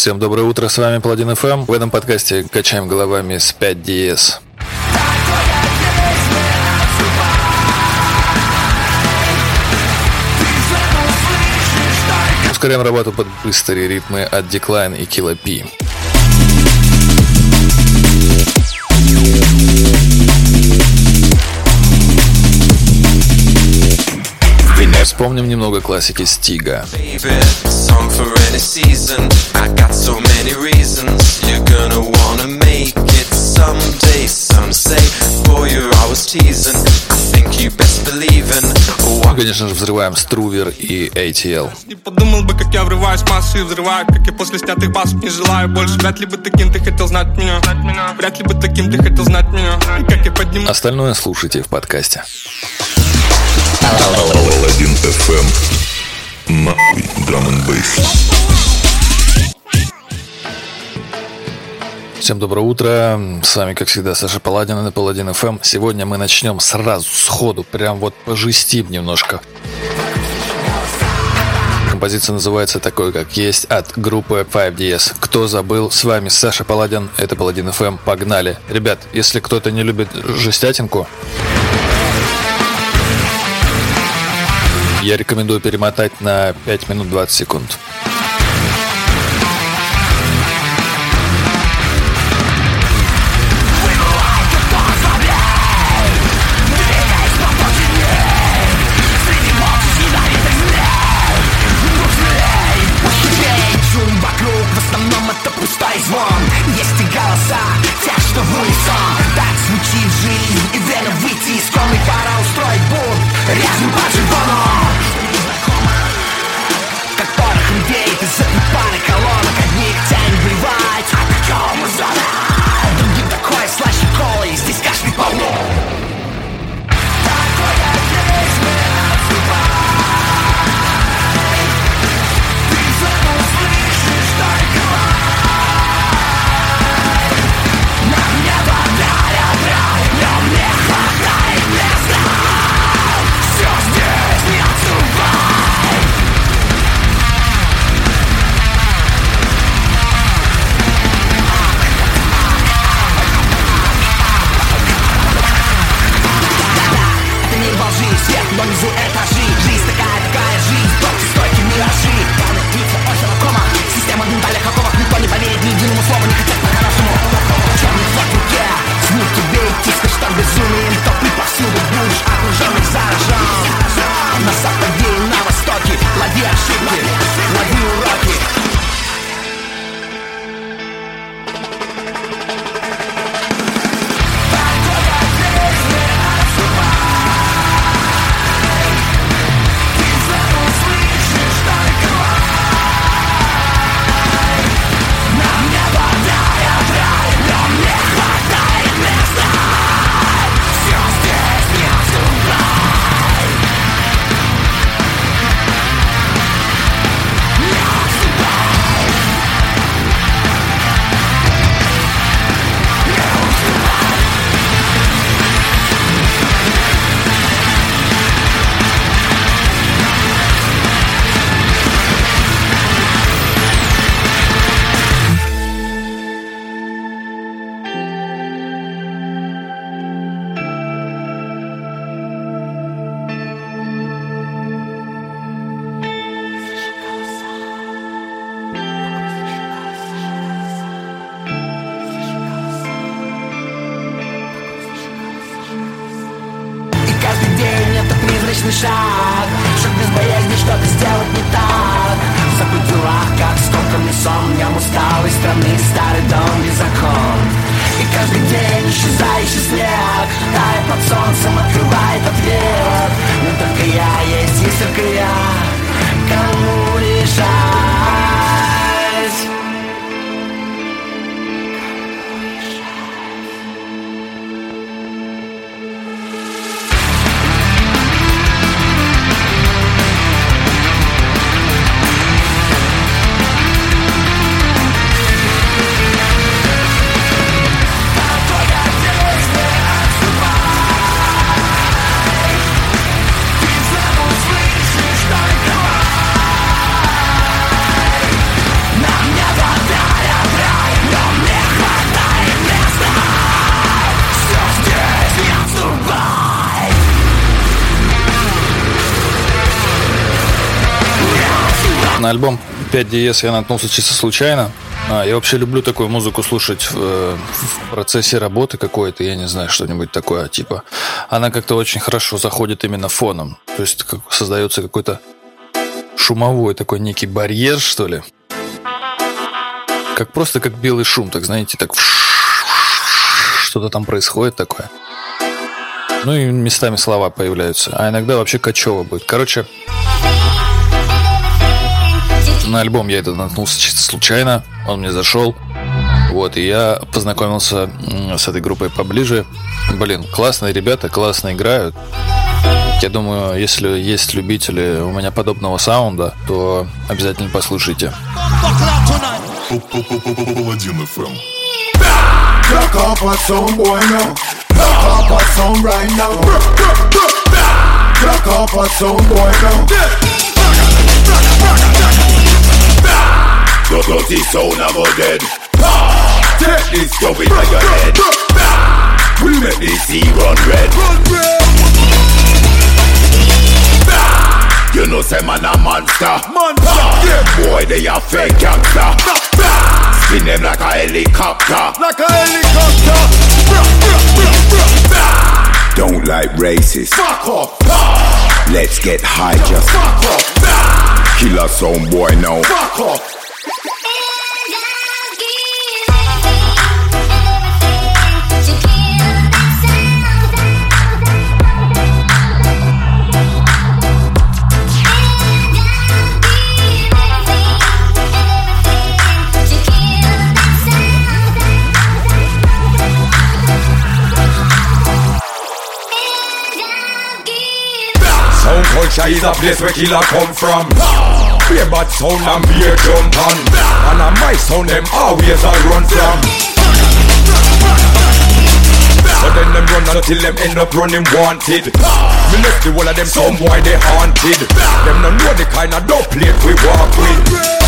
Всем доброе утро, с вами Паладин FM. В этом подкасте качаем головами с 5DS. Ускоряем работу под быстрые ритмы от Decline и Killa P. Вспомним немного классики Стига. Конечно же, взрываем Струвер и ATL. Не подумал бы, как я врываюсь в массы и взрываю, как я после снятых басов не желаю больше. Вряд ли бы таким ты хотел знать меня. Вряд ли бы таким ты хотел знать меня. Как я подниму. Остальное слушайте в подкасте. Паладин FM. Нахуй драм н бейс. Всем доброе утро, с вами, как всегда, Саша Паладин на Паладин FM. Сегодня мы начнем сразу, сходу, прям вот пожестим немножко. Композиция называется такой, как есть, от группы 5DS. Кто забыл, с вами Саша Паладин, это Паладин FM, погнали. Ребят, если кто-то не любит жестятинку, я рекомендую перемотать на 5 минут 20 секунд. Есть и голоса тех, что в унисон. Так звучит жизнь, и время выйти из комы. Пора устроить бунт, режем по джигону. Как порохом веет из этой пары колонок. Одних тянет блевать, а какого зона. Другим такое слаще колы, и здесь кашля полно. Такой как есть, мы отступаем. Ты забыл, слышишь только внизу этажи. Жизнь такая жизнь, топки, стойки, миражи. Канализация, озеро, кома. Система ментальных оковов. Никто не поверит ни единому слову, не хотят по-хорошему. Черный флаг в руке, смут тебе идти, скажешь там безумие. Толпы повсюду, будешь окруженных заражен. На западе и на востоке лови ошибки, лови уроки. Шаг без боязни что-то сделать не так. Забыть в делах, как скомканный сон. Я усталый страны, старый дом без окон. И каждый день исчезающий снег тает под солнцем, открывает ответ. Но только я есть только я. Кому решать? Starting На альбом 5DS я наткнулся чисто случайно. Я вообще люблю такую музыку слушать в процессе работы какой-то, я не знаю, что-нибудь такое, типа. Она как-то очень хорошо заходит именно фоном. То есть создается какой-то шумовой такой некий барьер, что ли. Как просто как белый шум, так знаете, так что-то там происходит такое. Ну и местами слова появляются, а иногда вообще качево будет. Короче, на альбом я этот наткнулся чисто случайно, он мне зашел. Вот, и я познакомился с этой группой поближе. Блин, классные ребята, классно играют. Я думаю, если есть любители у меня подобного саунда, то обязательно послушайте. Паладин FM. Clock up a sound boy now. Clock up a sound right now. Clock up a sound boy now. Dirty sound of a dead. Take this stuff in your head. We make this sea run red. You know say man a monster. Them boy they a fake gangster. Spin them like a helicopter. Like a helicopter. Don't like racists. Fuck off. Let's get high just. Fuck off. Killer sound boy now. Fuck off. Sound culture is a place where killer come from. Be a bad sound and be a jump on. And a my sound them always a run from. But then them run until them end up running wanted. Me left the whole of them some boy they haunted. Them no know the kind of dope plate we walk with.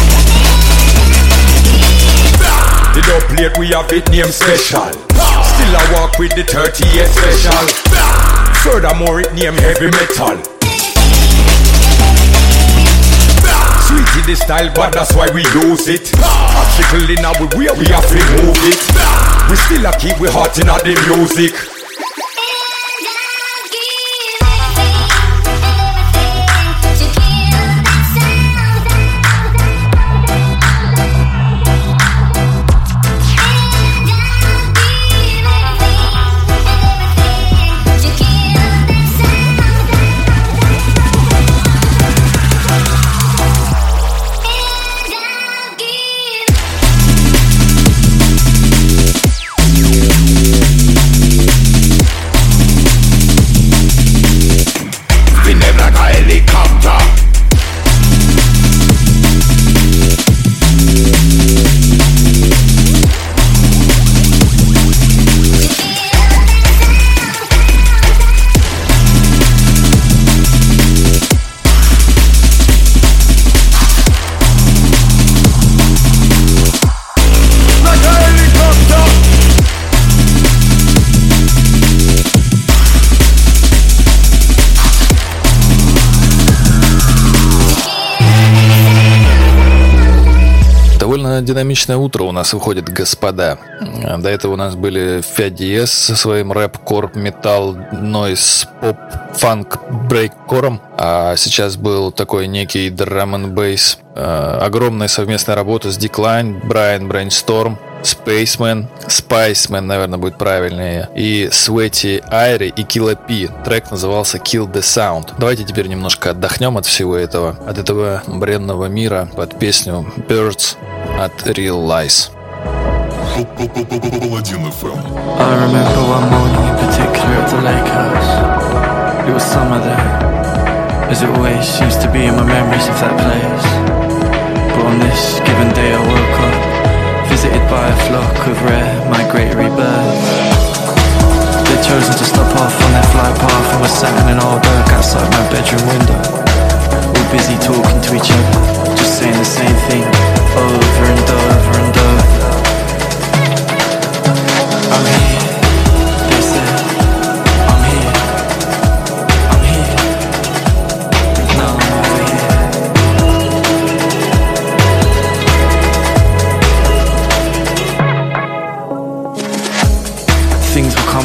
The dope plate we have it name special. Still I walk with the 38 special. Furthermore it name heavy metal. Sweet in the style, but that's why we use it. Obstacle in our way, we have to move it. We still a keep we hot in the music. Динамичное утро у нас выходит, господа. До этого у нас были 5DS со своим рэп, корп, металл, нойз, поп, фанк, брейк-кором. А сейчас был такой некий драм н бейс. Огромная совместная работа с Decline, Brian Brainstorm, Spiceman, наверное, будет правильнее, и Sweaty Airy и Killa P. Трек назывался Kill the Sound. Давайте теперь немножко отдохнем от всего этого, от этого бренного мира под песню Birds от Real Lies. Паладин FM. I remember one morning in particular at the lake house. It was summer there, as it always seems to be in my memories of that place. But on this given day I woke up, visited by a flock of rare migratory birds. They'd chosen to stop off on their flight path and were sat in an old oak outside my bedroom window, all busy talking to each other, just saying the same thing over and over and over. I'm here, they said. I'm here, I'm here. Now I'm over here.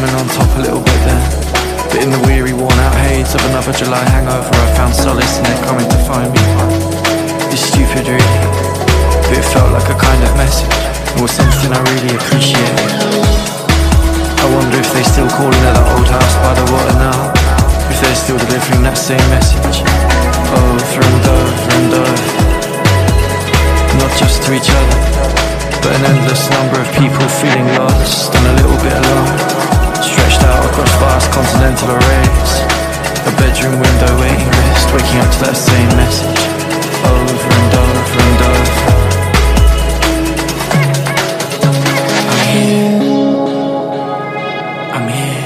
coming on top a little bit then. But in the weary, worn-out haze of another July hangover, I found solace in it coming to find me. It's stupid really, but it felt like a kind of message. It was something I really appreciated. I wonder if they still calling it that old house by the water now, if they're still delivering that same message over and over and over. Not just to each other, but an endless number of people feeling lost and a little bit alone, stretched out across vast continental arrays. A bedroom window waiting list, waking up to that same message over and over and over. I'm here. I'm here.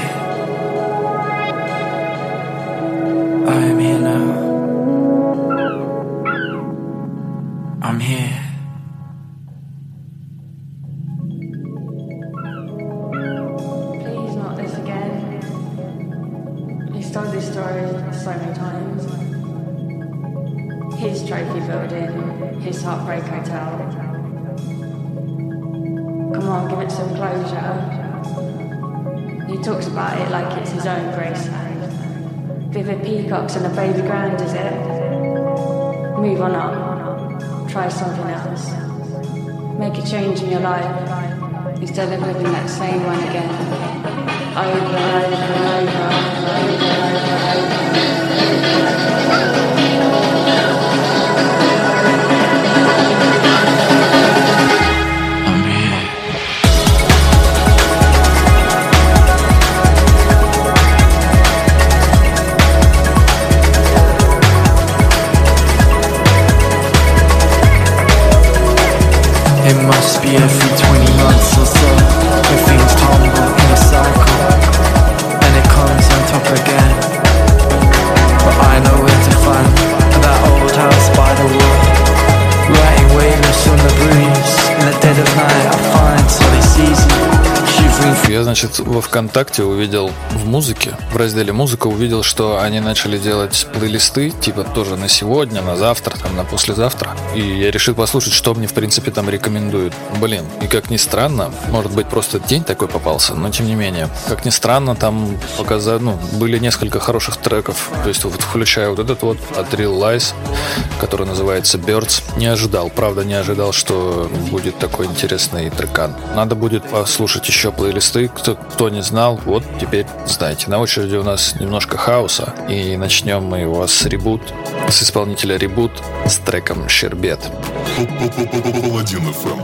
I am here now. I'm here. Please, not this again. He's told this story so many times. His trophy building, his heartbreak hotel. Come on, give it some closure. He talks about it like it's his own Graceland. Vivid peacocks and a baby grand, is it? Move on up. Try something else. Make a change in your life instead of living that same one again. Over and over and over and over and over. It must be every 20 months or so when things tumble in a cycle and it comes on top again. But I know where to find that old house by the wall, writing weightless on the breeze. In the dead of night I find solace easy. Я, значит, во ВКонтакте увидел в музыке, в разделе «Музыка» увидел, что они начали делать плейлисты, типа тоже на сегодня, на завтра, там, на послезавтра. И я решил послушать, что мне, в принципе, там рекомендуют. Блин, и как ни странно, может быть, просто день такой попался, но тем не менее, как ни странно, там были несколько хороших треков, то есть вот включая вот этот вот от Real Lies, который называется Birds. Не ожидал, что будет такой интересный трекан. Надо будет послушать еще плейлисты. Кто не знал, вот теперь знаете. На очереди у нас немножко хаоса. И начнем мы его с исполнителя Reboot с треком «Щербет». Паладин FM.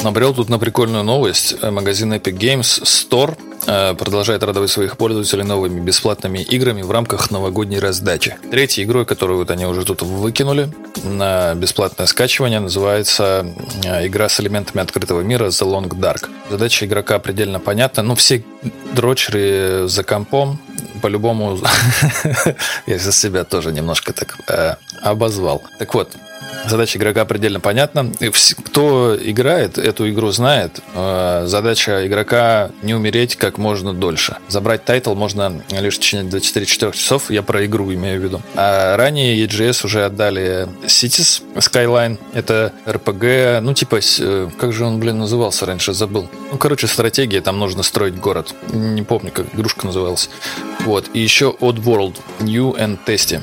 Набрел тут на прикольную новость. Магазин Epic Games Store продолжает радовать своих пользователей новыми бесплатными играми в рамках новогодней раздачи. Третьей игрой, которую вот они уже тут выкинули на бесплатное скачивание, называется игра с элементами открытого мира The Long Dark. Задача игрока предельно понятна. Ну, все дрочеры за компом по-любому я за себя тоже немножко так обозвал. Так вот, задача игрока предельно понятна. Кто играет, эту игру знает. Задача игрока не умереть как можно дольше. Забрать тайтл можно лишь в течение 24 часов. Я про игру имею в виду. А ранее EGS уже отдали Cities Skyline. Это RPG, ну типа, как же он, назывался раньше, забыл. Ну, короче, стратегия, там нужно строить город. Не помню, как игрушка называлась. Вот. И еще Oddworld New and Tasty.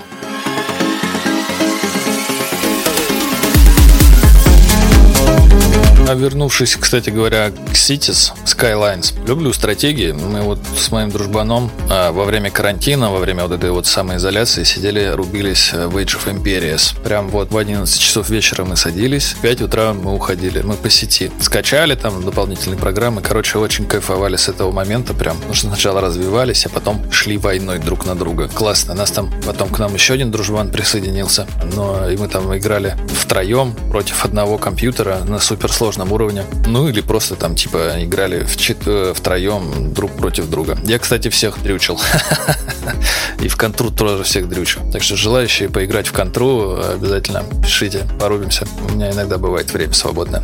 А вернувшись, кстати говоря, к Cities Skylines, люблю стратегии. Мы вот с моим дружбаном во время карантина, во время вот этой вот самоизоляции сидели, рубились в Age of Empires. Прям вот в 11 часов вечера мы садились, в 5 утра мы уходили. Мы по сети скачали там дополнительные программы. Короче, очень кайфовали с этого момента прям. Потому что сначала развивались, а потом шли войной друг на друга. Классно. Нас там потом к нам еще один дружбан присоединился. И мы там играли втроем против одного компьютера на суперсложном уровне. Ну или просто там типа играли втроем друг против друга. Я, кстати, всех дрючил. И в контру тоже всех дрючу. Так что желающие поиграть в контру, обязательно пишите, порубимся. У меня иногда бывает время свободное.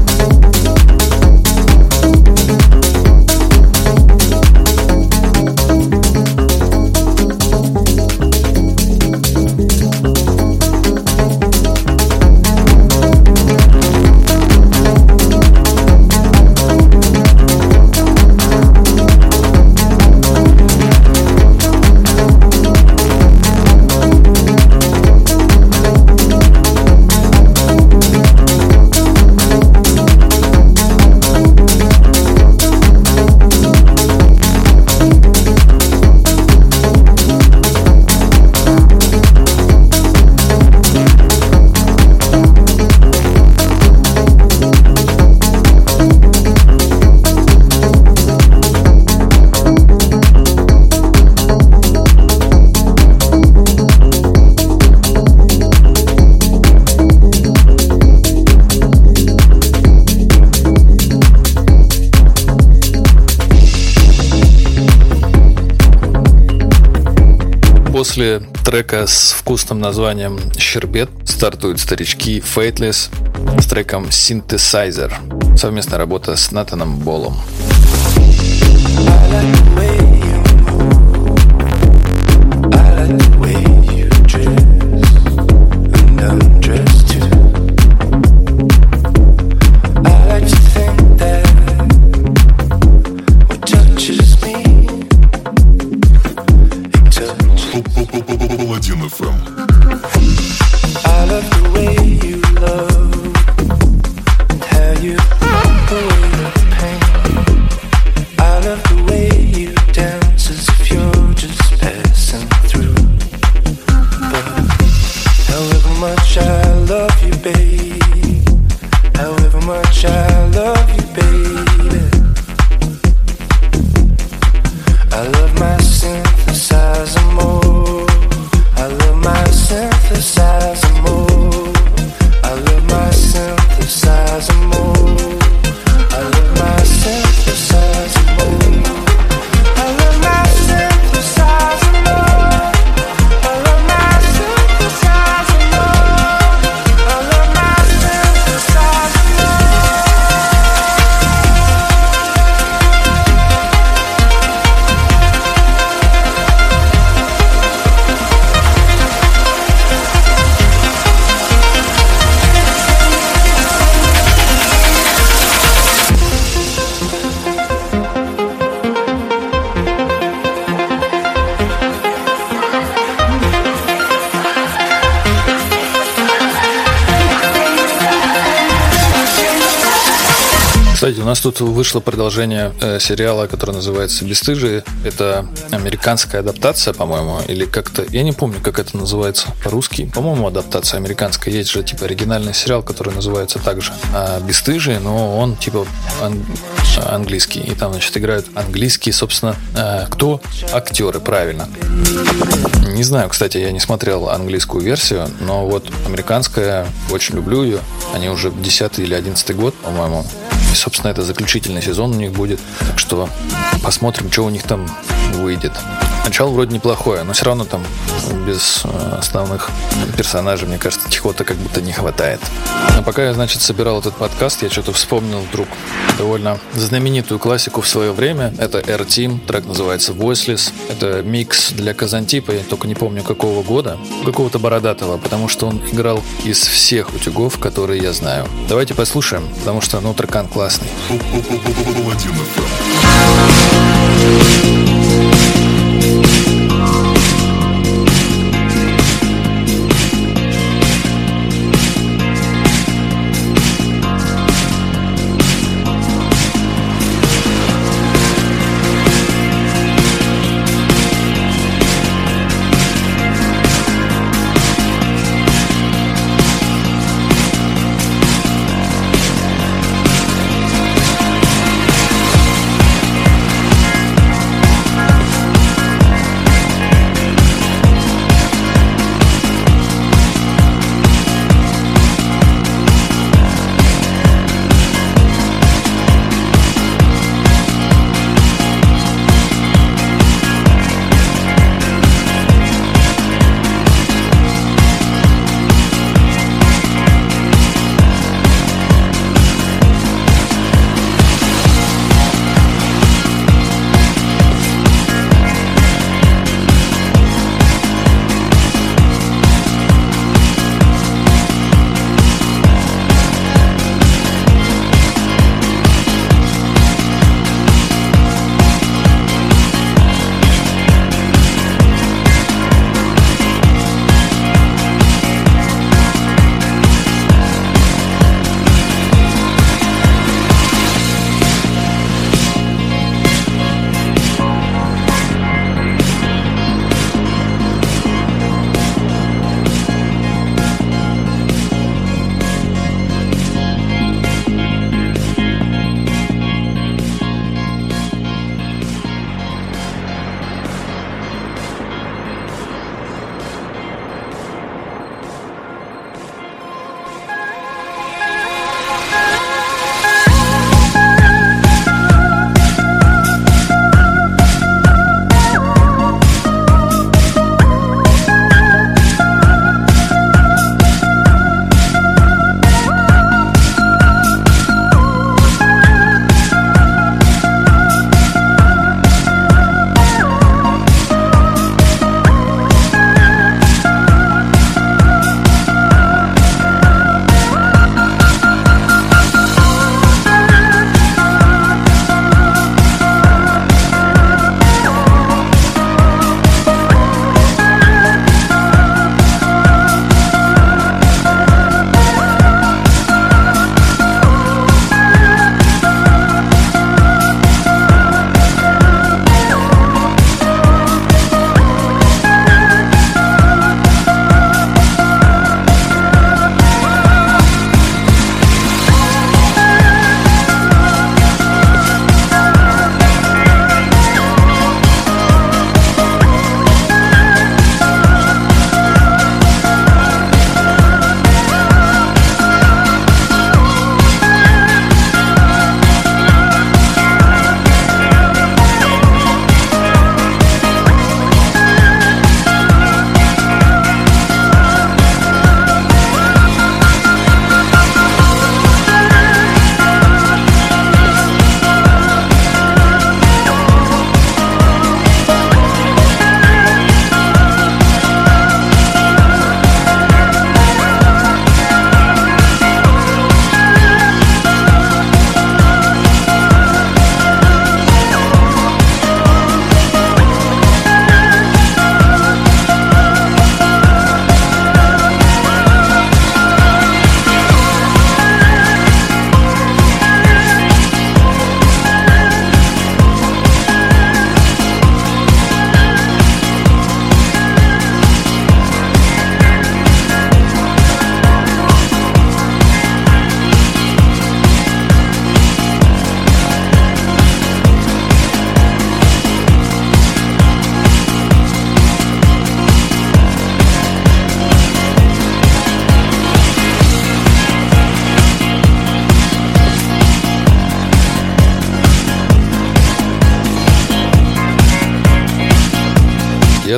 После трека с вкусным названием «Щербет» стартуют старички Fateless с треком «Synthesizer». Совместная работа с Натаном Болом. You Кстати, у нас тут вышло продолжение сериала, который называется «Бесстыжие». Это американская адаптация, по-моему, или как-то... Я не помню, как это называется по-русски. По-моему, адаптация американская. Есть же, типа, оригинальный сериал, который называется также «Бесстыжие», но он, типа, английский. И там, значит, играют английские, собственно, кто? Актеры, правильно. Не знаю, кстати, я не смотрел английскую версию, но вот американская, очень люблю ее. Они уже 10-й или 11-й год, по-моему. И, собственно, это заключительный сезон у них будет. Так что посмотрим, что у них там выйдет. Начало вроде неплохое, но все равно там без основных персонажей, мне кажется, чего-то как будто не хватает. А пока я, значит, собирал этот подкаст, я что-то вспомнил вдруг довольно знаменитую классику в свое время. Это R-Team, трек называется Voiceless. Это микс для Казантипа, я только не помню какого года. Какого-то бородатого, потому что он играл из всех утюгов, которые я знаю. Давайте послушаем, потому что, ну, трекан классный. Паладин FM.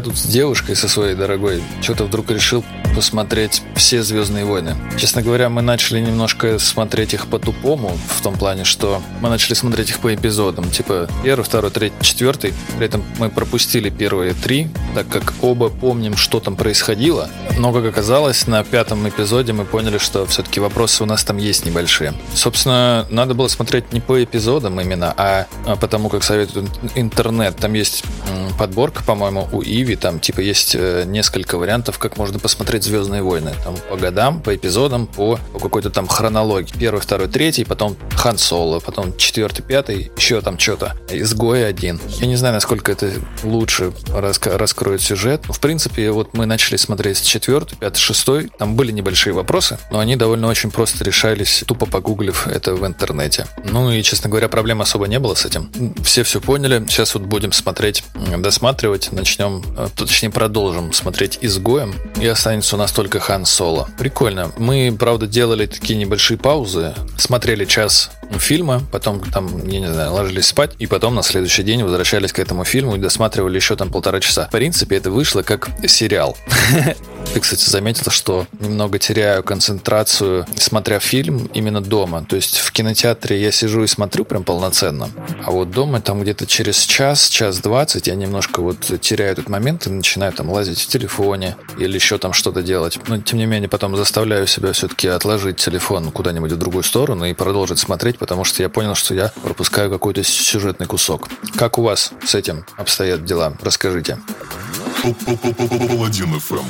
тут с девушкой, со своей дорогой, что-то вдруг решил посмотреть все «Звездные войны». Честно говоря, мы начали немножко смотреть их по-тупому, в том плане, что мы начали смотреть их по эпизодам, типа 1, 2, 3, 4. При этом мы пропустили первые 3, так как оба помним, что там происходило. Но, как оказалось, на 5-м эпизоде мы поняли, что все-таки вопросы у нас там есть небольшие. Собственно, надо было смотреть не по эпизодам именно, а потому как советует интернет. Там есть подборка, по-моему, у Иви, там типа есть несколько вариантов, как можно посмотреть «Звездные войны». Там по годам, по эпизодам, по какой-то там хронологии. 1, 2, 3, потом Хан Соло, потом 4, 5, еще там что-то. Изгой 1. Я не знаю, насколько это лучше раскроет сюжет. В принципе, вот мы начали смотреть 4, 5, 6. Там были небольшие вопросы, но они довольно очень просто решались, тупо погуглив это в интернете. Ну и, честно говоря, проблем особо не было с этим. Все поняли. Сейчас вот будем смотреть, досматривать. Точнее, продолжим смотреть «Изгоем». И останется у нас только Хан Соло. Прикольно. Мы, правда, делали такие небольшие паузы. Смотрели час фильма, потом там, я не знаю, ложились спать, и потом на следующий день возвращались к этому фильму и досматривали еще там 1,5 часа. В принципе, это вышло как сериал. Ты, кстати, заметила, что немного теряю концентрацию, смотря фильм именно дома. То есть в кинотеатре я сижу и смотрю прям полноценно, а вот дома там где-то через час 20 я немножко вот теряю этот момент и начинаю там лазить в телефоне или еще там что-то делать. Но, тем не менее, потом заставляю себя все-таки отложить телефон куда-нибудь в другую сторону и продолжить смотреть, потому что я понял, что я пропускаю какой-то сюжетный кусок. Как у вас с этим обстоят дела? Расскажите. Паладин FM.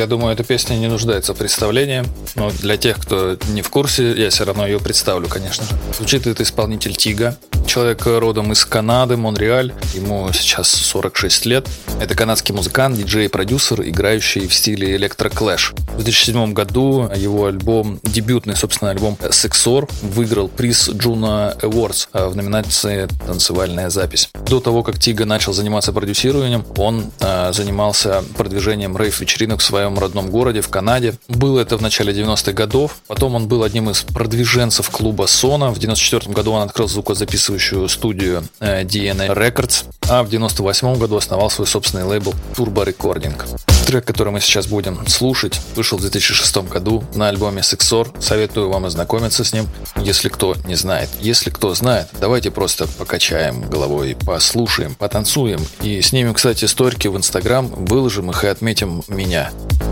Я думаю, эта песня не нуждается в представлении, но для тех, кто не в курсе, я все равно ее представлю, конечно же. Звучит этот исполнитель Тига. Человек родом из Канады, Монреаль. Ему сейчас 46 лет. Это канадский музыкант, диджей и продюсер, играющий в стиле электроклэш. В 2007 году его альбом, дебютный, собственно, альбом Sexor выиграл приз Juno Awards в номинации «Танцевальная запись». До того, как Тига начал заниматься продюсированием, он занимался продвижением рейв-вечеринок в своем родном городе, в Канаде. Было это в начале 90-х годов. Потом он был одним из продвиженцев клуба Sona. В 94 году он открыл звукозаписывающую студию DNA Records, а в 98 году основал свой собственный лейбл Turbo Recording. Трек, который мы сейчас будем слушать, вышел в 2006 году на альбоме Sexor. Советую вам ознакомиться с ним, если кто не знает. Если кто знает, давайте просто покачаем головой, послушаем, потанцуем и снимем, кстати, сторики в Инстаграм, выложим их и отметим меня.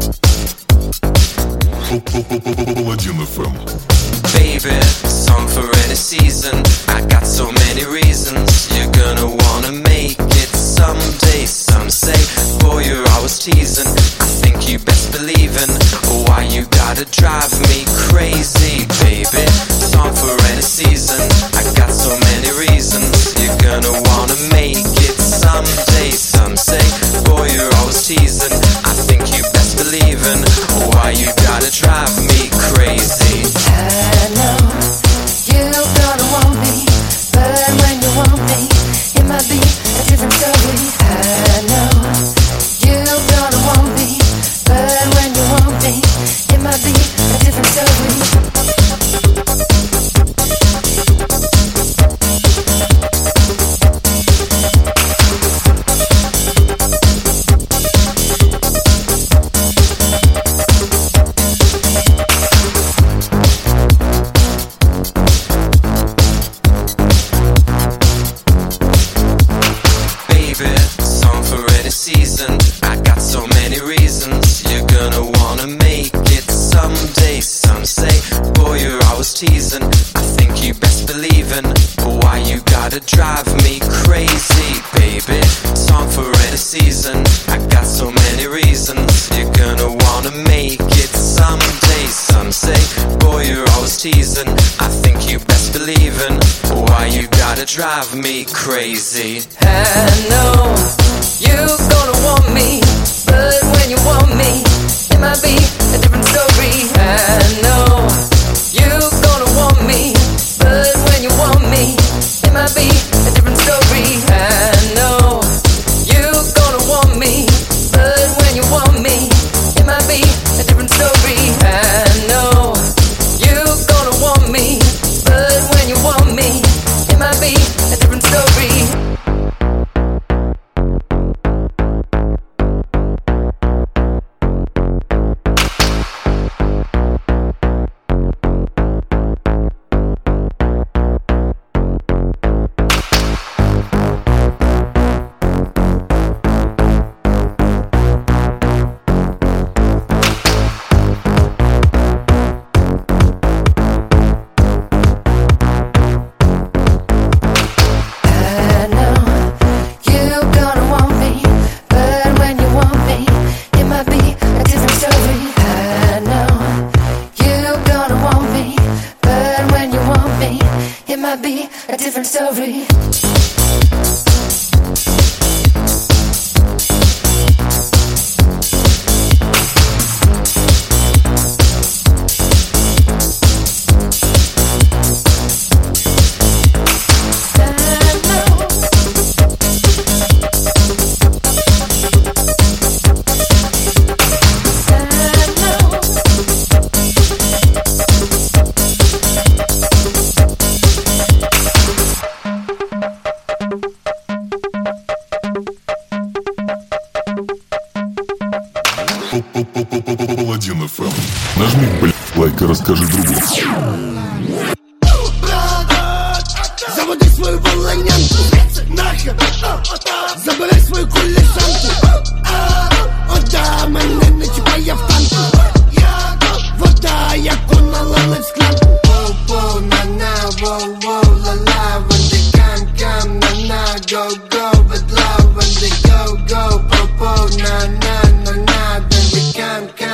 Паладин FM. Baby, song for any season. I got so many reasons. You're gonna wanna make it someday. Some say, boy, you're always teasing. I think you best believe in. Why you gotta drive me crazy, baby? Song for any season. I got so many reasons. You're gonna wanna make it someday. Some say, boy, you're always teasing. I think you best believe in. Why you gotta drive me crazy? I know you're gonna want me, but when you want me, it might be a different story. I know you're gonna want me, but when you want me, it might be a different story. Season. I got so many reasons. You're gonna wanna make it someday. Some say, boy, you're always teasing. I think you best believe in. Why you gotta drive me crazy, baby? Song for any season. I got so many reasons. You're gonna wanna make it someday. Some say, boy, you're always teasing. I think you best believe in. Why you gotta drive me crazy? I know you're gonna want me, but when you want me, it might be a different story. I know you're gonna want me, but when you want me, it might be a different story. I know you're gonna want me, but when you want me, it might be a different story. I know you're gonna want me, but when you want me, it might be a different story. A different story. Паладин FM. Нажми, блядь, лайк и расскажи другу. Заводи свою волонянку, нахер, забирай свою колесанку. О, да, мене не чіпає в танку. Вода, як поналили в склянку. Воу-воу, на-на, воу-воу, ла-ла. When they come, на-на, go-go. With love, when they go-go. По-по, на-на, на-на. Then they come.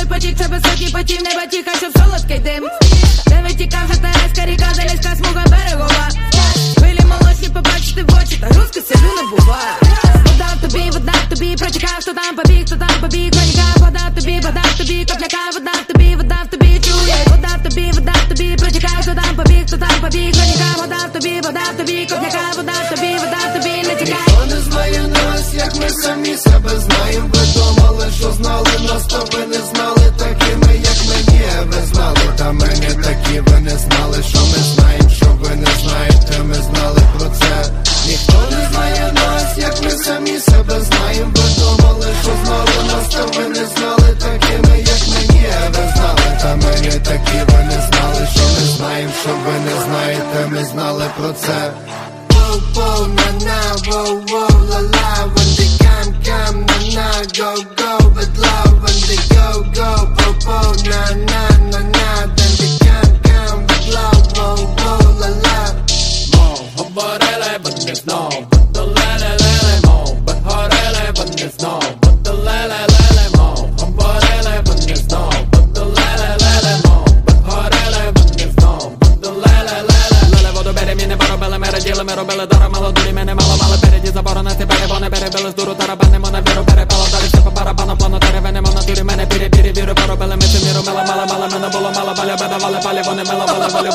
не потік, це високий потік, не батіка, що в солодкий дим. Не витікав вже терезька ріка, Залізька смуга берегова. Хвилі молочні побачити в очі, та грузки сижу не буває. Вода в тобі, протікав, хто там побіг, коньяка. Вода в тобі, копляка, вода в тобі, чує. Вода в тобі, протікав, хто там побіг, коньяка. Вода в тобі, копляка, вода в тобі, не тікай. Ніхто не знає нас, як ми самі себе знаємо. Ви думали, що знали нас, то ви не знали такими, як мені. Ви знали, та ми не такі, ви не знали, що ми знаємо, що ви не знаєте, ми знали про це. Ніхто не знає нас, як ми самі себе знаємо. Ви думали, що знали нас, то ви не знали такими, як мені. Ви знали, та ми не такі, ви не знали, що ми знаємо, що ви не знаєте, ми знали про це. Woah, na na, woah, la la. When they come, na na, go, with love. When they go, na na, then they come, with love, woah, la la. Barele, but it's no, but the lele, mo. But harele, but it's no, but the lele, mo. Barele, but it's no, but the lele, mo. But harele, but it's no, but the lele. Воду бери, мені поробили, ми раділи, ми робили дора, мало дурі, мене мало переді, заборонити перебони, перебили з дуру, тарабанимо на віру, перепало, далі все по барабану, плану, теревенимо на турі, мене віру, поробили, ми цю міру, мало, мене було мало, баля, палі, вони мило.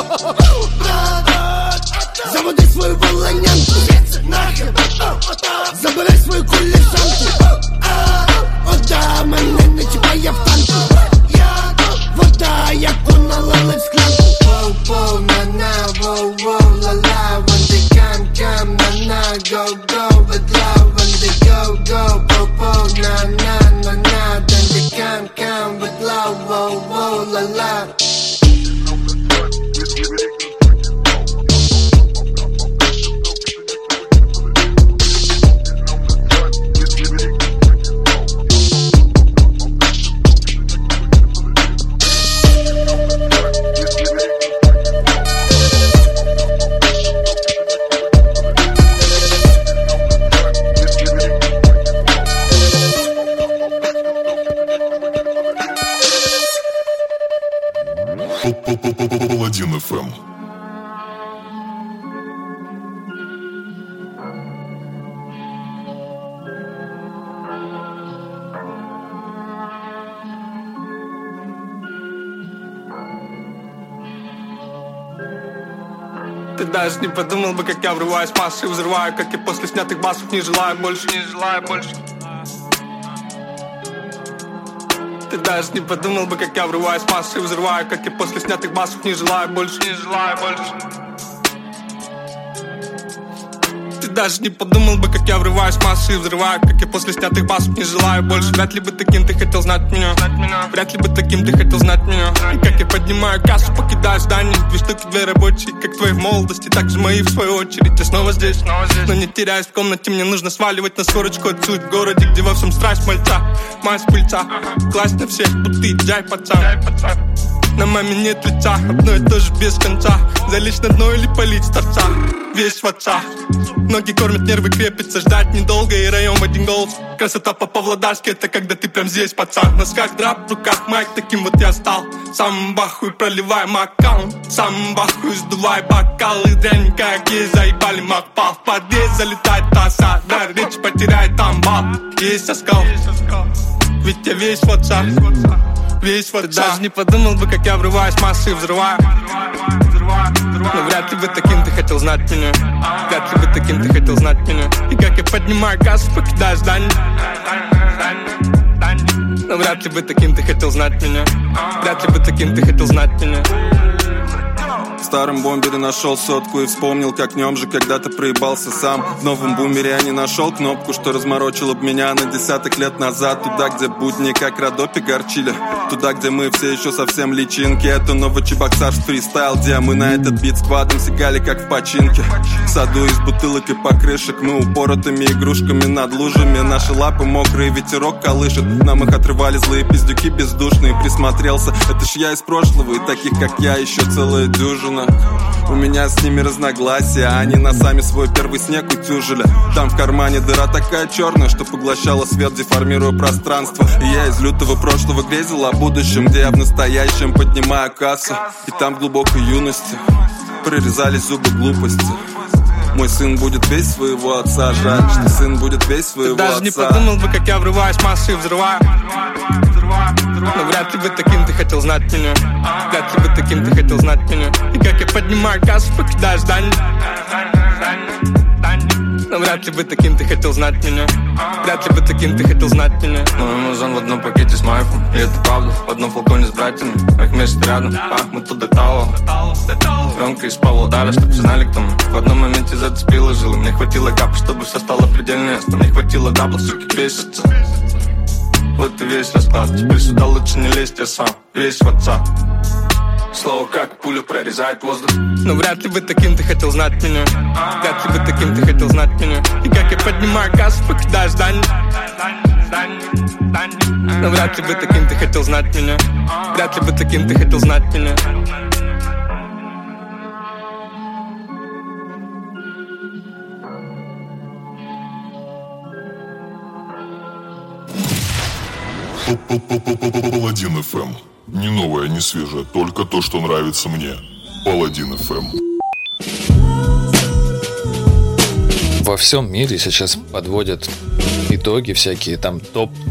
Заводи свою волонянку, нахер, забирай свою кулішанку. Вода мене не чіпає в танку. Вода, яку налили в склянку. Воу, на-на, воу, ла-ла. When they come, на-на, go, with love. When they go, на-на, then they come, with love. Воу, ла-ла. Паладин FM. Ты даже не подумал бы, как я врываюсь в массы и взрываю, как и после снятых басов не желаю больше. Ты даже не подумал бы, как я врываюсь в массы и взрываю, как и после снятых басов не желаю больше. Ты даже не подумал бы, как я врываюсь в массы и взрываю, как и после снятых басов не желаю больше. Вряд ли бы таким ты хотел знать меня. Вряд ли бы таким ты хотел знать меня. И как я поднимаю кассу, покидаю здание. 2 штуки, 2 рабочие, как твои в молодости, так же мои в свою очередь. Я снова здесь, но не теряюсь в комнате. Мне нужно сваливать на скорочку отсюда. В городе, где во всем страсть мальца, мазь пыльца. Класть на всех, будто джай пацан. На маме нет лица, одно и то же без конца. Залечь на дно или полить с торца, весь в отца. Ноги кормят, нервы крепятся, ждать недолго и район в один голос. Красота по-павлодарски, это когда ты прям здесь, пацан. В носках драп, в руках майк, таким вот я стал. Сам бахуй, проливай мой аккаунт. Сам бахуй, сдувай бокалы. Дрянь, как ей заебали макпал. В подъезд залетает таса, да, речь потеряет амбал. Есть оскал, ведь я весь в отца. Весь вот даже не подумал бы, как я врываюсь в массы и взрываю. Но вряд ли бы таким ты хотел знать меня. Вряд ли бы таким ты хотел знать меня. И как я поднимаю кассу, покидаю здание. Но вряд ли бы таким ты хотел знать меня. Вряд ли бы таким ты хотел знать меня. В старом бомбере нашел сотку и вспомнил, как в нем же когда-то проебался сам. В новом бумере я не нашел кнопку, что разморочила б меня на десяток лет назад. Туда, где будни как Родопи горчили. Туда, где мы все еще совсем личинки. Это новочебоксарский фристайл, где мы на этот бит сквадом сигали как в починке. В саду из бутылок и покрышек мы упоротыми игрушками над лужами. Наши лапы мокрые, ветерок колышет. Нам их отрывали злые пиздюки бездушные. Присмотрелся, это ж я из прошлого. И таких, как я, еще целая дюжина. У меня с ними разногласия, они носами свой первый снег утюжили. Там в кармане дыра такая черная, что поглощала свет, деформируя пространство. И я из лютого прошлого грезил об в будущем, где я в настоящем поднимаю кассу. И там в глубокой юности прорезались зубы глупости. Мой сын будет весь своего отца. Жаль, что сын будет весь своего отца. Ты даже не подумал бы, как я врываюсь в массы и взрываю. Но вряд ли бы таким ты хотел знать меня. Вряд ли бы таким ты хотел знать меня. И как я поднимаю кассу, покидаю здание. Но вряд ли бы таким ты хотел знать меня. Вряд ли бы таким ты хотел знать меня. Мой музон в одном пакете с майком. И это правда, в одном флаконе с братьями. Их вместе рядом, мы тут детало. Пленка из Павлодара, чтоб все знали, кто мы. В одном моменте зацепило жилы. Мне хватило капа, чтобы все стало предельно ясно. Мне хватило дабла, суки, бесится. Вот и весь расклад. Теперь сюда лучше не лезть, я сам весь в отца. Слово как пуля прорезает воздух. Но вряд ли бы таким ты хотел знать меня. Вряд ли бы таким ты хотел знать меня. И как я поднимаю кассу, покидаю здание. Но вряд ли бы таким ты хотел знать меня. Вряд ли бы таким ты хотел знать меня. Паладин FM. Не новое, не свежее, только то, что нравится мне. Паладин FM. Во всем мире сейчас подводят итоги всякие, там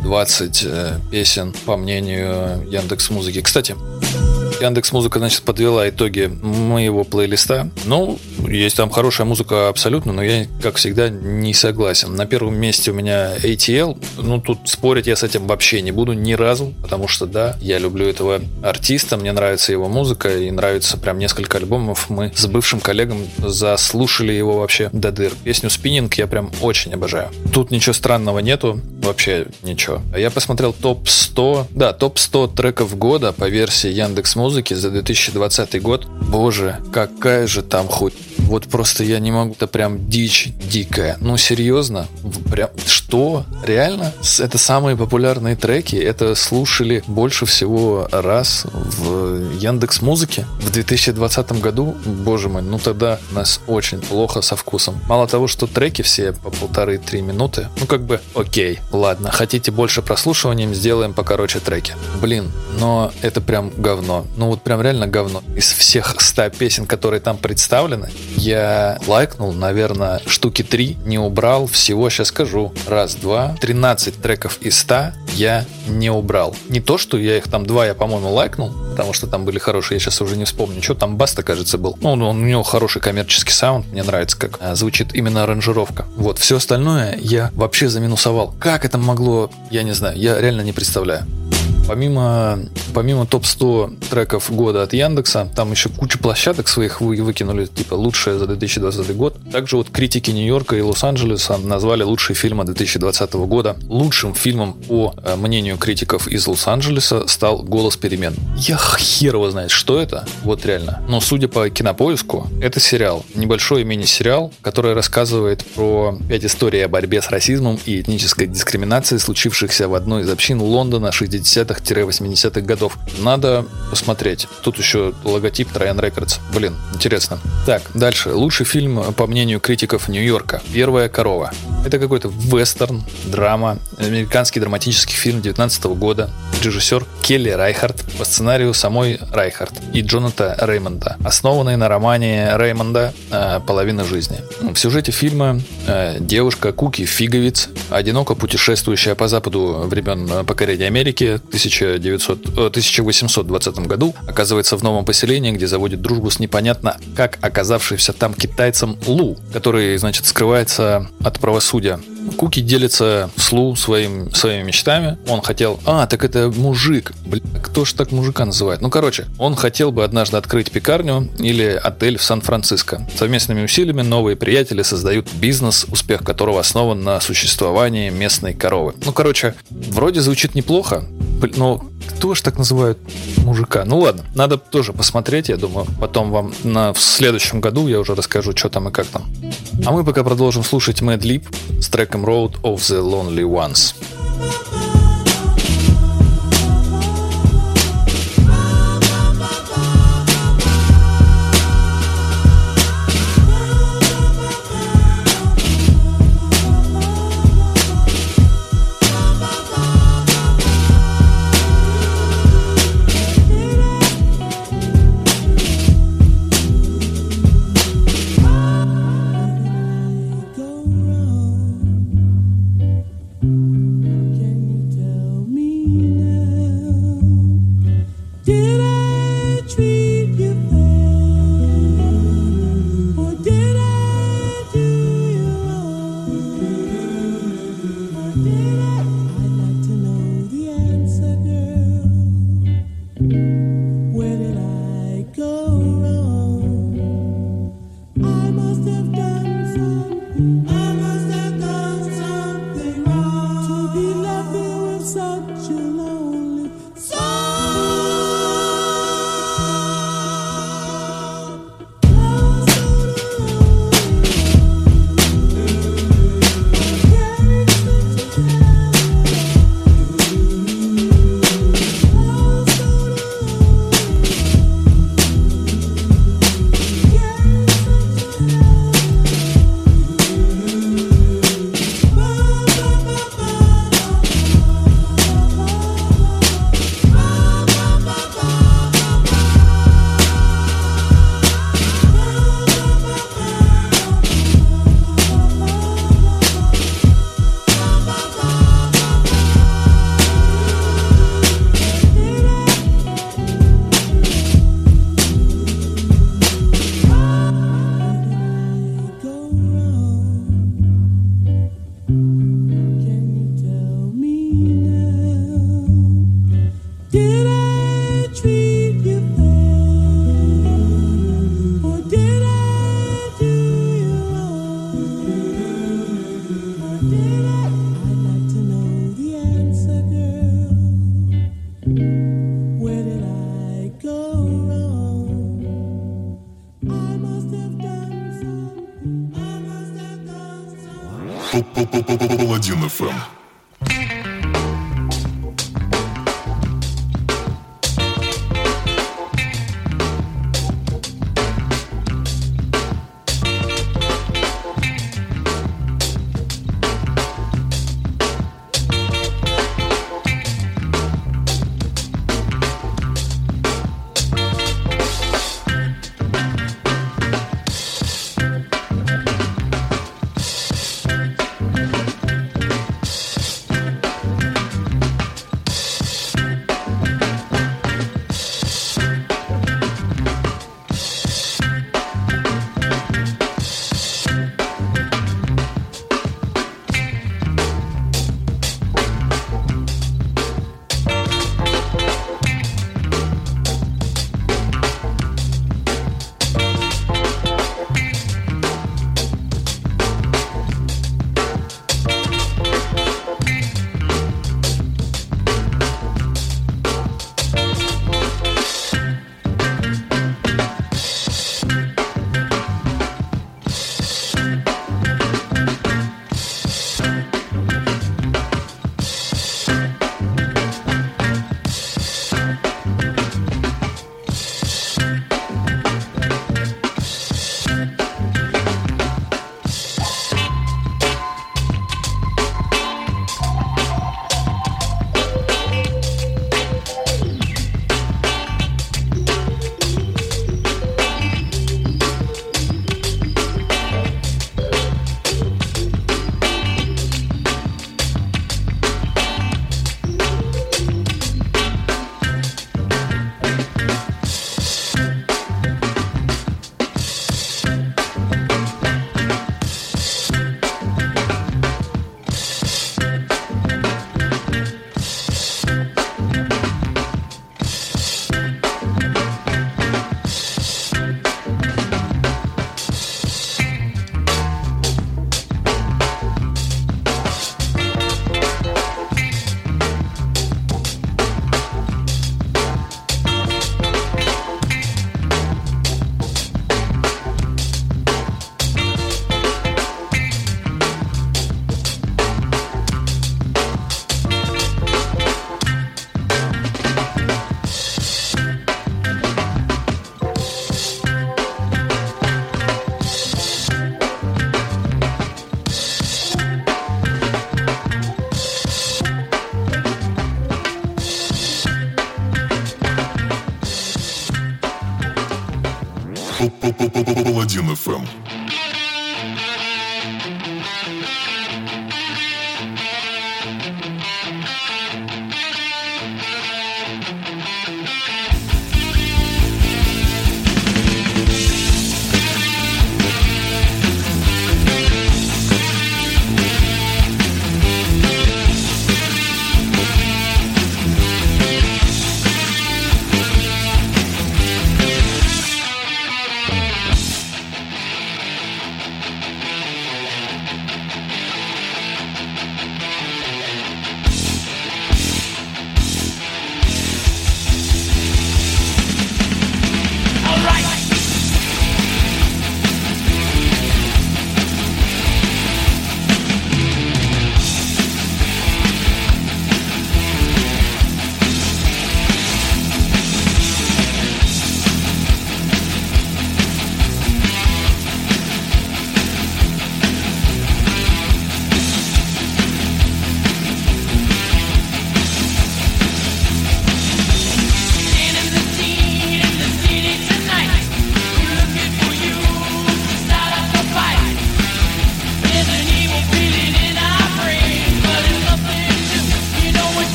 топ-20 песен, по мнению Яндекс.Музыки. Кстати, Яндекс.Музыка, значит, подвела итоги моего плейлиста. Ну, есть там хорошая музыка абсолютно, но я, как всегда, не согласен. На первом месте у меня ATL. Ну, тут спорить я с этим вообще не буду ни разу, потому что, да, я люблю этого артиста, мне нравится его музыка, и нравится прям несколько альбомов. Мы с бывшим коллегом заслушали его вообще до дыр. Песню «Спиннинг» я прям очень обожаю. Тут ничего странного нету, вообще ничего. Я посмотрел топ-100, да, топ-100 треков года по версии Яндекс.Музыки за 2020 год. Боже, какая же там хоть. Вот просто я не могу. Это прям дичь дикая. Ну, серьезно? Прям, что? Реально? Это самые популярные треки? Это слушали больше всего раз в Яндекс.Музыке в 2020 году? Боже мой, ну тогда у нас очень плохо со вкусом. Мало того, что треки все по 1,5-3 минуты. Ну, как бы, окей, ладно. Хотите больше прослушиванием, сделаем покороче треки. Блин, но это прям говно. Ну, вот прям реально говно. Из всех 100 песен, которые там представлены, я лайкнул, наверное, штуки 3, не убрал. Всего, сейчас скажу, 1, 2, 13 треков из 100 я не убрал. Не то, что я их там 2, я, по-моему, лайкнул, потому что там были хорошие, я сейчас уже не вспомню, что там Баста, кажется, был. Ну, у него хороший коммерческий саунд, мне нравится, как звучит именно аранжировка. Вот, все остальное я вообще заминусовал. Как это могло, я не знаю, я реально не представляю. Помимо топ-100 треков года от Яндекса, там еще кучу площадок своих выкинули, типа лучшие за 2020 год. Также вот критики Нью-Йорка и Лос-Анджелеса назвали лучшие фильмы 2020 года. Лучшим фильмом, по мнению критиков из Лос-Анджелеса, стал «Голос перемен». Я хер его знает, что это, вот реально. Но судя по Кинопоиску, это сериал, небольшой мини-сериал, который рассказывает про 5 историй о борьбе с расизмом и этнической дискриминацией, случившихся в одной из общин Лондона 60-80-х годов. Надо посмотреть. Тут еще логотип Trian Records. Блин, интересно. Так, дальше. Лучший фильм, по мнению критиков Нью-Йорка. «Первая корова». Это какой-то вестерн, драма, американский драматический фильм 19 года. Режиссер Келли Райхард, по сценарию самой Райхард и Джонатана Реймонда, основанный на романе Реймонда «Половина жизни». В сюжете фильма девушка Куки Фиговиц, одиноко путешествующая по Западу времен покорения Америки в 1820 году, оказывается в новом поселении, где заводит дружбу с непонятно как оказавшимся там китайцем Лу, который, значит, скрывается от правосудия. Куки делится с Лу своими мечтами. Он хотел... так это мужик. Блин, кто ж так мужика называет? Ну, короче, он хотел бы однажды открыть пекарню или отель в Сан-Франциско. Совместными усилиями новые приятели создают бизнес, успех которого основан на существовании местной коровы. Ну, короче, вроде звучит неплохо, но кто ж так называют мужика? Ну, ладно, надо тоже посмотреть, я думаю. Потом вам в следующем году я уже расскажу, что там и как там. А мы пока продолжим слушать Mad Lib с треком Road of the Lonely Ones. Паладин FM. Паладин FM.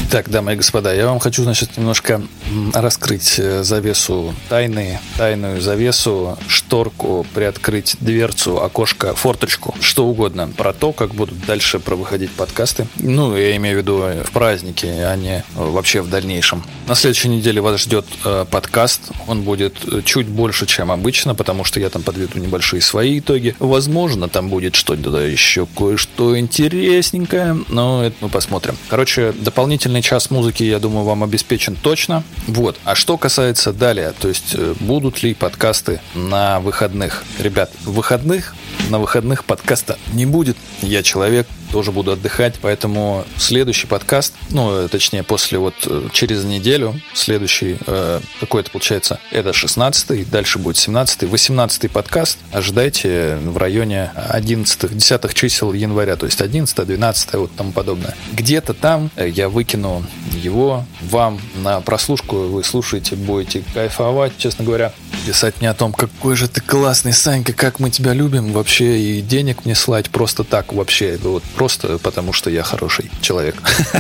Так, дамы и господа, я вам хочу, значит, немножко раскрыть завесу тайную завесу, шторку, приоткрыть дверцу, окошко, форточку, что угодно про то, как будут дальше выходить подкасты. Ну, я имею в виду в праздники, а не вообще в дальнейшем. На следующей неделе вас ждет подкаст. Он будет чуть больше, чем обычно, потому что я там подведу небольшие свои итоги. Возможно, там будет что-то еще, кое-что интересненькое, но это мы посмотрим. Короче, дополнительный час музыки, я думаю, вам обеспечен точно. Вот. А что касается далее, то есть будут ли подкасты на выходных? Ребят, на выходных подкаста не будет. Я человек, тоже буду отдыхать, поэтому следующий подкаст, точнее, после через неделю, следующий, какой это получается, это 16-й, дальше будет 17-й, 18-й подкаст ожидайте в районе 10 чисел января, то есть 11, 12, вот тому подобное. Где-то там я выкину его вам на прослушку, вы слушаете, будете кайфовать, честно говоря, писать мне о том, какой же ты классный, Санька, как мы тебя любим вообще, и денег мне слать просто так вообще, вот просто потому, что я хороший человек.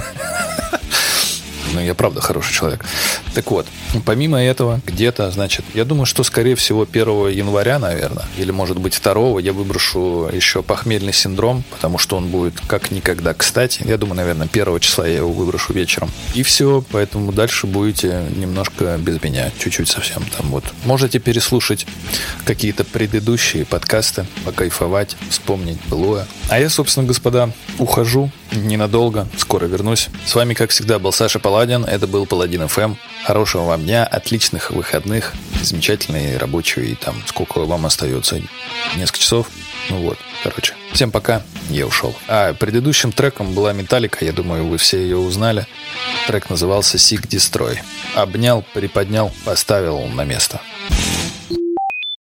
Ну, я правда хороший человек. Так вот, помимо этого, где-то, значит, я думаю, что, скорее всего, 1 января, наверное, или, может быть, 2 я выброшу еще «Похмельный синдром», потому что он будет как никогда кстати. Я думаю, наверное, 1 числа я его выброшу вечером. И все, поэтому дальше будете немножко без меня, чуть-чуть совсем там вот. Можете переслушать какие-то предыдущие подкасты, покайфовать, вспомнить былое. А я, собственно, господа, ухожу ненадолго, скоро вернусь. С вами, как всегда, был Саша Паладин, это был Паладин FM. Хорошего вам дня, отличных выходных, замечательной рабочей, там, сколько вам остается, несколько часов. Ну вот, короче. Всем пока, я ушел. Предыдущим треком была Металлика, я думаю, вы все ее узнали. Трек назывался Seek Destroy. Обнял, приподнял, поставил на место.